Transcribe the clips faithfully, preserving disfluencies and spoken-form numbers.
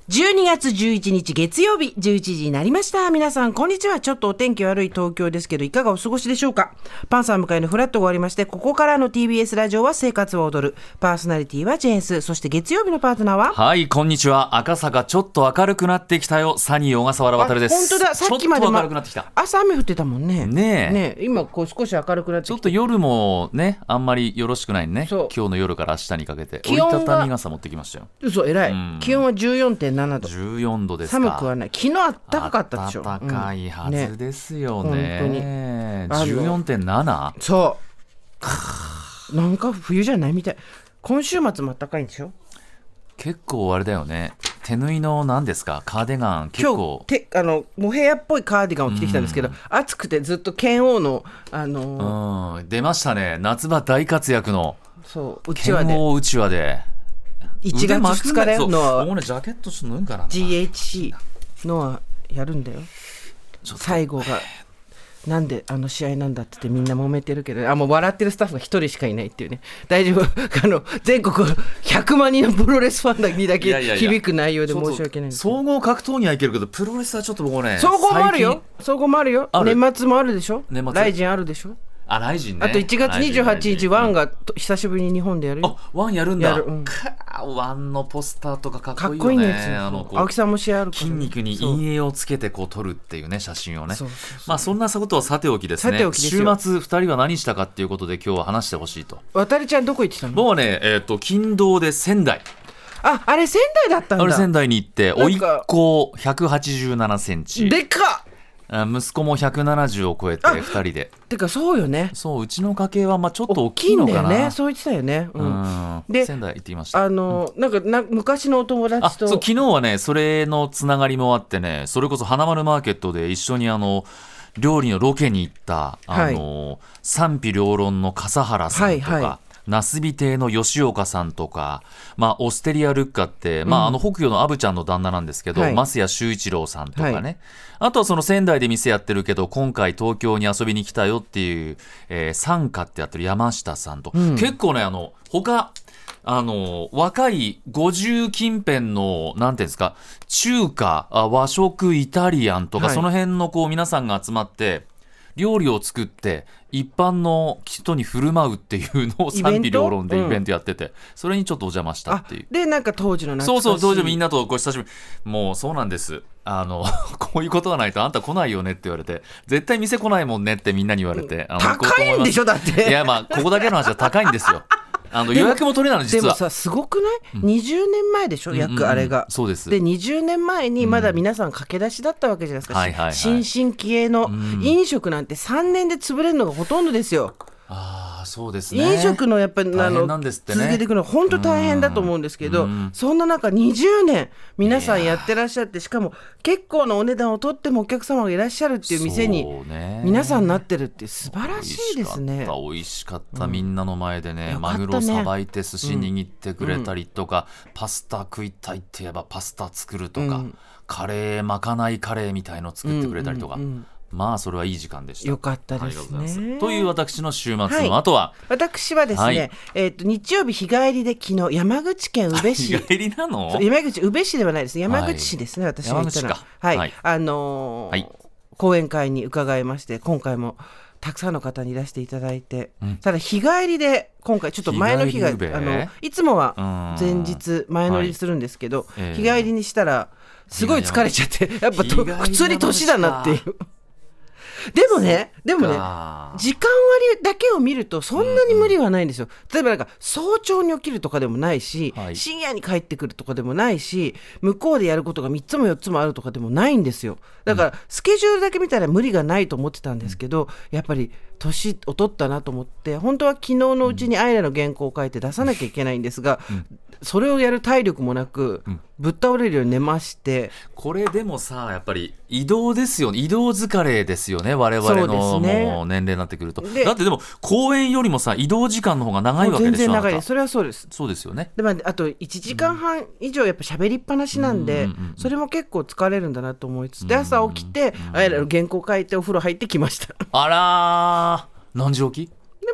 じゅうにがつじゅういちにち月曜日じゅういちじになりました。皆さんこんにちは。ちょっとお天気悪い東京ですけどいかがお過ごしでしょうか。パンサー向かいのフラットが終わりまして、ここからの ティービーエス ラジオは生活を踊る。パーソナリティはジェーンス、そして月曜日のパートナーは、 はい、こんにちは。赤坂ちょっと明るくなってきたよ。サニー小笠原渉です。 本当だ、さっきまで、ま、 ちょっと明るくなってきた。 朝雨降ってたもんね。 ねえねえ、今こう少し明るくなってきて、 ちょっと夜もねあんまりよろしくないね。 そう今日の夜から明日にかけて気温が折りたたみ傘持ってきましたよ。 嘘偉い、 うん、 気温は じゅうよんてんななど、 じゅうよんどですか。 寒くはない。昨日あったかかったでしょ。 暖かいはずですよね。 うんね、本当にじゅうよんてんなな。 そうなんか冬じゃないみたい。今週末も暖かいんでしょ。 結構あれだよね。手縫いの何ですか、カーディガン結構今日てあのモヘアっぽいカーディガンを着てきたんですけど、うん、暑くてずっと剣王の、あのーうん、出ましたね。夏場大活躍のそううちわで剣王うちわでいちがつふつかだよのもうねジャケットちょっと脱ぐかな。 ジーエイチシー のはやるんだよ。最後がなんであの試合なんだって言ってみんな揉めてるけど、あもう笑ってるスタッフが一人しかいないっていうね。大丈夫あの全国ひゃくまんにんのプロレスファンにだけ響く内容で申し訳ないんです。 総合格闘技はいけるけどプロレスはちょっと僕ね。 総合もあるよ。総合もあるよ。年末もあるでしょ。年末ライジンあるでしょ。 あ、ライジンね。 あといちがつにじゅうはちにちワンが久しぶりに日本でやるよ。 あ、ワンやるんだ。 やる、うん、 ワンのポスターとかかっこいいよね。 かっこいいね。あの青木さんも試合あるから、 筋肉に陰影をつけてこう撮るっていうね写真をね。 そうそうそう、 まあそんなことはさておきですね。週末ふたりは何したかっていうことで今日は話してほしいと。 渡りちゃんどこ行ってたの？ もうね、えっと金堂で仙台。 あ、あれ仙台だったんだ。 あれ仙台に行って甥っ子ひゃくはちじゅうななセンチ。 でかっ。 息子もひゃくななじゅうを超えてふたりで。 てかそうよね。 そう、うちの家系はまあちょっと大きいのかな。 大きいんだよね。そう言ってたよね。うん、 で仙台行ってきました。 あのなんかな昔のお友達と。 あ、そう、昨日はねそれのつながりもあってね、それこそ花丸マーケットで一緒にあの料理のロケに行ったあの、はい、賛否両論の笠原さんとか、はいはい、ナスビ亭の吉岡さんとか、まあ、オステリアルッカって、うん、まあ、あの北洋のアブちゃんの旦那なんですけど、はい、増谷修一郎さんとかね、はい、あとはその仙台で店やってるけど今回東京に遊びに来たよっていう、えー、参加ってやってる山下さんと、うん、結構ねあの他あの若いごじゅう近辺のなんていうんですか、中華、和食、イタリアンとか、はい、その辺のこう皆さんが集まって料理を作って一般の人に振る舞うっていうのを賛否両論でイベントやってて、うん、それにちょっとお邪魔したっていう。 でなんか当時のそうそう当時みんなとご久しぶり。もうそうなんです。あのこういうことがないとあんた来ないよねって言われて、絶対店来ないもんねってみんなに言われて、 うん、高いんでしょだって。 いやまあここだけの話は高いんですよ。あの予約も取れないの実は。 でもさすごくない、うん、にじゅうねんまえでしょ、うんうんうん、約あれが。 そうです。 でにじゅうねんまえにまだ皆さん駆け出しだったわけじゃないですか、うん、はいはいはい、新進気鋭の飲食なんてさんねんで潰れるのがほとんどですよ。 ああそうですね。 飲食のやっぱりあの、 ね、 続けていくのは本当大変だと思うんですけど、そんな中にじゅうねん皆さんやってらっしゃって、しかも結構なお値段を取ってもお客様がいらっしゃるっていう店に皆さんなってるって素晴らしいですね。 美味しかった、美味しかった。みんなの前でね、うん、マグロさばいて寿司握ってくれたりとか、うん、パスタ食いたいって言えばパスタ作るとか、うん、カレーまかないカレーみたいの作ってくれたりとか、うんうんうん、まあそれはいい時間でした。 よかったですね。 という私の週末の、 はい、 あとは私はですね、はい、えー、と日曜日日帰りで昨日山口県宇部市日帰りなの？ 山口宇部市ではないですね、山口市ですね、はい、私が行ったのは、はいはい、あのーはい、講演会に伺いまして、今回もたくさんの方にいらしていただいて、うん、ただ日帰りで今回ちょっと前の日が日あのいつもは前日前乗りするんですけど、はい、日帰りにしたらすごい疲れちゃって、やっぱと普通に年だなっていう。でもね、でもね、時間割だけを見るとそんなに無理はないんですよ。例えばなんか早朝に起きるとかでもないし、はい、深夜に帰ってくるとかでもないし、向こうでやることがみっつもよっつもあるとかでもないんですよ。だからスケジュールだけ見たら無理がないと思ってたんですけど、やっぱり年を取ったなと思って、本当は昨日のうちにアイラの原稿を書いて出さなきゃいけないんですが、うん、それをやる体力もなく、うん、ぶっ倒れるように寝まして。 これでもさ、やっぱり移動ですよね。移動疲れですよね、我々の、ね、もう年齢になってくると。だってでも公園よりもさ移動時間の方が長いわけでしょ。 全然長いです。それはそうです。 そうですよね。 で、まあ、あといちじかんはん以上やっぱ喋りっぱなしなんで、うんうんうん、それも結構疲れるんだなと思いつつ、で朝起きて、うんうん、あやらの原稿書いてお風呂入ってきました。 あらー、何時起き？ でも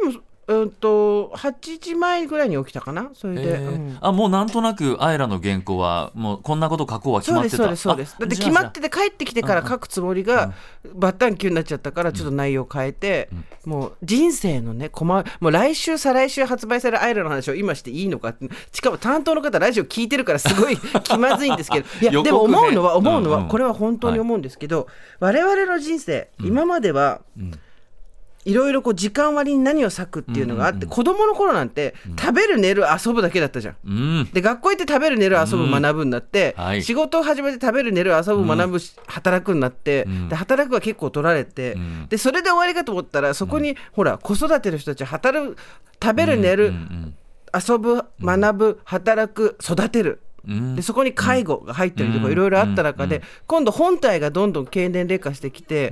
うんとはちじまえぐらいに起きたかな。それで、えーうん、 あもうなんとなくアイラの原稿はもうこんなこと書こうは決まってた。 そうですそうですそうです。だって決まってて帰ってきてから書くつもりがバッタンキューになっちゃったからちょっと内容変えて、うんうん、もう人生のね困るもう来週再来週発売されるアイラの話を今していいのかって、しかも担当の方ラジオ聞いてるからすごい気まずいんですけどいやでも思うのは思うのは、うんうん、これは本当に思うんですけど、はい、我々の人生、うん、今までは、うんいろいろこう時間割に何を割くっていうのがあって、うんうんうん、子供の頃なんて食べる寝る遊ぶだけだったじゃん、うん、で学校行って食べる寝る遊ぶ学ぶになって、うんはい、仕事を始めて食べる寝る遊ぶ学ぶ、うん、働くになって、うん、で働くは結構取られて、うん、でそれで終わりかと思ったらそこに、うん、ほら子育ての人たち働く食べる寝る、うんうんうん、遊ぶ学ぶ働く育てるでそこに介護が入ったりとかいろいろあった中で、うんうん、今度本体がどんどん経年劣化してきて、うん、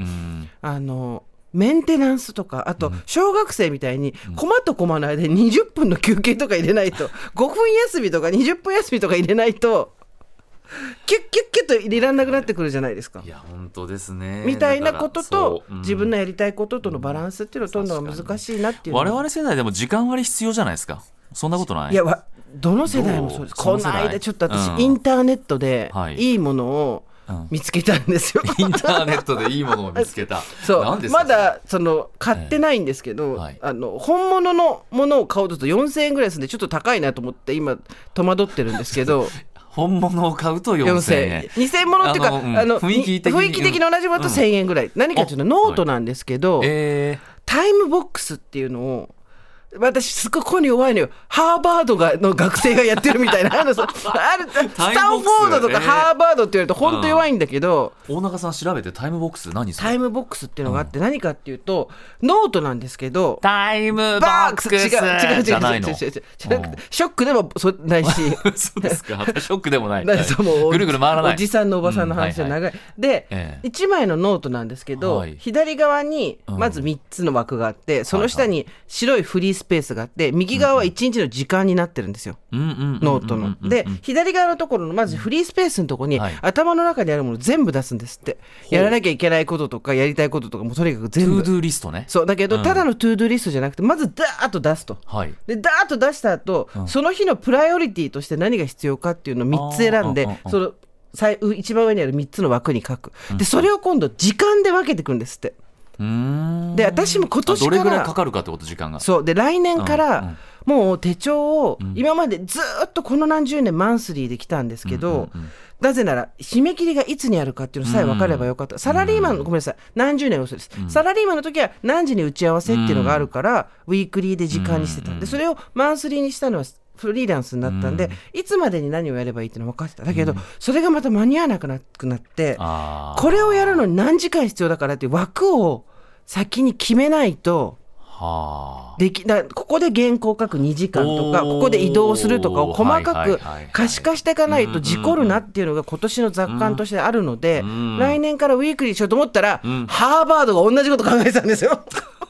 あのメンテナンスとかあと小学生みたいにコマとコマの間ににじゅっぷんの休憩とか入れないとごふん休みとかにじゅっぷん休みとか入れないとキュッキュッキュッと入れられなくなってくるじゃないですか。 いや本当ですね。 みたいなことと、うん、自分のやりたいこととのバランスっていうのを取るのが難しいなっていう。 我々世代でも時間割必要じゃないですか。そんなことない？ いやわどの世代もそうです。この間ちょっと私、うん、インターネットでいいものを見つけたんですよ、 うん、インターネットでいいものを見つけたそうなんですか。まだその買ってないんですけど、えーはい、あの本物のものを買おうとするとよんせんえんぐらいするんでちょっと高いなと思って今戸惑ってるんですけど本物を買うとよんせんえんにせんえんものっていうかあの、うん、あの雰囲気的に、雰囲気的に同じものとせんえんぐらい、うん、何かというとノートなんですけど、はいえー、タイムボックスっていうのを私すっごいここに弱いのよ。ハーバードがの学生がやってるみたいなあのあるスタンフォードとかハーバードって言われると本当弱いんだけど、 えー、大中さん調べてタイムボックス何それ？ タイムボックスっていうのがあって何かっていうと、うん、ノートなんですけどタイムボックス違う違う違う違う違う違うショックでもそないしそうですかショックでもないぐるぐる回らないおじさんのおばさんの話で長い、うんはいはい、で、えー、いちまいのノートなんですけど、はい、左側にまずみっつの枠があって、うん、その下に白いフリースペースがあって右側はいちにちの時間になってるんですよ、うん、ノートので左側のところのまずフリースペースのところに、はい、頭の中にあるもの全部出すんですって。やらなきゃいけないこととかやりたいこととかもとにかく全部トゥードゥーリストね。 そうだけど、うん、ただのトゥードゥーリストじゃなくてまずダーッと出すと、はい、でダーッと出した後、うん、その日のプライオリティとして何が必要かっていうのをみっつ選んでその最一番上にあるみっつの枠に書く。でそれを今度時間で分けていくんですって。うーんで私も今年からどれぐらいかかるかってこと時間がそうで来年から、うんうんもう手帳を今までずっとこの何十年マンスリーで来たんですけど、うんうんうん、なぜなら締め切りがいつにあるかっていうのさえ分かればよかった、うん、サラリーマンのごめんなさい何十年嘘です、うん、サラリーマンの時は何時に打ち合わせっていうのがあるから、うん、ウィークリーで時間にしてたでそれをマンスリーにしたのはフリーランスになったんで、うん、いつまでに何をやればいいっていうの分かってただけど、うん、それがまた間に合わなくなってこれをやるのに何時間必要だからっていう枠を先に決めないとはあ、できだここで原稿書くにじかんとかここで移動するとかを細かく可視化していかないと事故るなっていうのが今年の雑感としてあるので、うん、来年からウィークリーしようと思ったら、うん、ハーバードが同じこと考えてたんですよ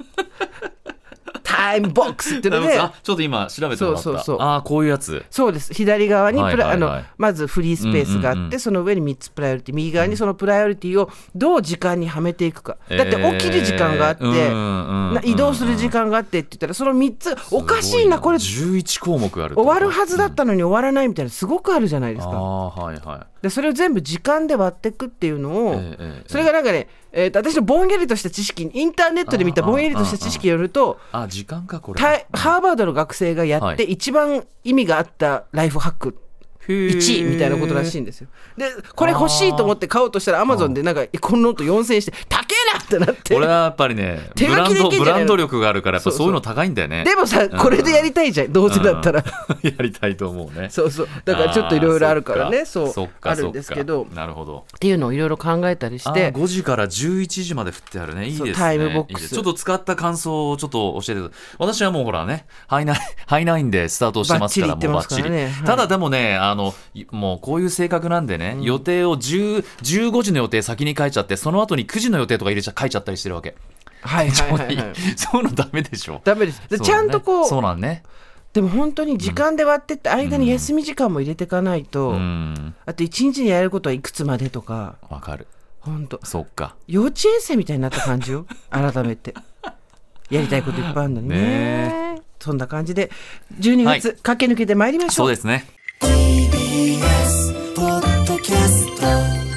タイムボックスっていうのでちょっと今調べてもらった。そうそうそうあこういうやつそうです。左側にプラ、はいはいはい、あのまずフリースペースがあって、うんうんうん、その上にみっつプライオリティ右側にそのプライオリティをどう時間にはめていくか、うん、だって起きる時間があって、えー、移動する時間があってって言ったらそのみっつおかしいなこれじゅういちこうもくある終わるはずだったのに終わらないみたいなすごくあるじゃないですか、 うん、あはいはい、 でそれを全部時間で割っていくっていうのを、えーえー、それがなんかねえー、と私のぼんやりとした知識インターネットで見たぼんやりとした知識によるとあ時間かこれハーバードの学生がやって一番意味があったライフハックいちいみたいなことらしいんですよ。でこれ欲しいと思って買おうとしたらアマゾンでなんかこのノートよんせんえんして高えなってなってこれはやっぱりねブランド、ブランド力があるからやっぱそういうの高いんだよね。 でもさこれでやりたいじゃんどうせだったらやりたいと思うね。 そうそうだからちょっといろいろあるからねそうそっかあるんですけどなるほどっていうのをいろいろ考えたりしてごじからじゅういちじまで振ってあるねいいですね。 タイムボックスいいちょっと使った感想をちょっと教えてください。私はもうほらねハイナインハイナインでスタートしてますからもうバッチリ、はい、ただでもねあのもうこういう性格なんでね、うん、予定をじゅう、じゅうごじの予定先に書いちゃってその後にくじの予定とか入れちゃ書いちゃったりしてるわけ。 はいはいはい、はい、 そういうのダメでしょ。 ダメです。で、ね、ちゃんとこうそうなんね。 でも本当に時間で割ってって間に休み時間も入れていかないと、うん、あといちにちにやることはいくつまでとかわかる。 本当そっか幼稚園生みたいになった感じよ改めてやりたいこといっぱいあるのにね。ねそんな感じでじゅうにがつ、はい、駆け抜けてまいりましょう。 そうですね。 ティービーエス ポッドキャスト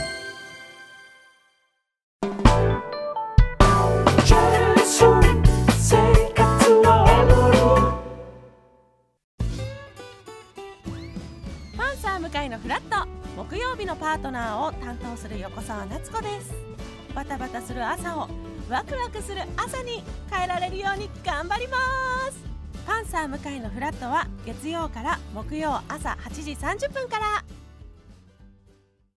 パンサー向井のフラット、木曜日のパートナーを担当する横澤夏子です。バタバタする朝をワクワクする朝に変えられるように頑張ります。パンサー向井のフラットは月曜から木曜朝はちじさんじゅっぷんから。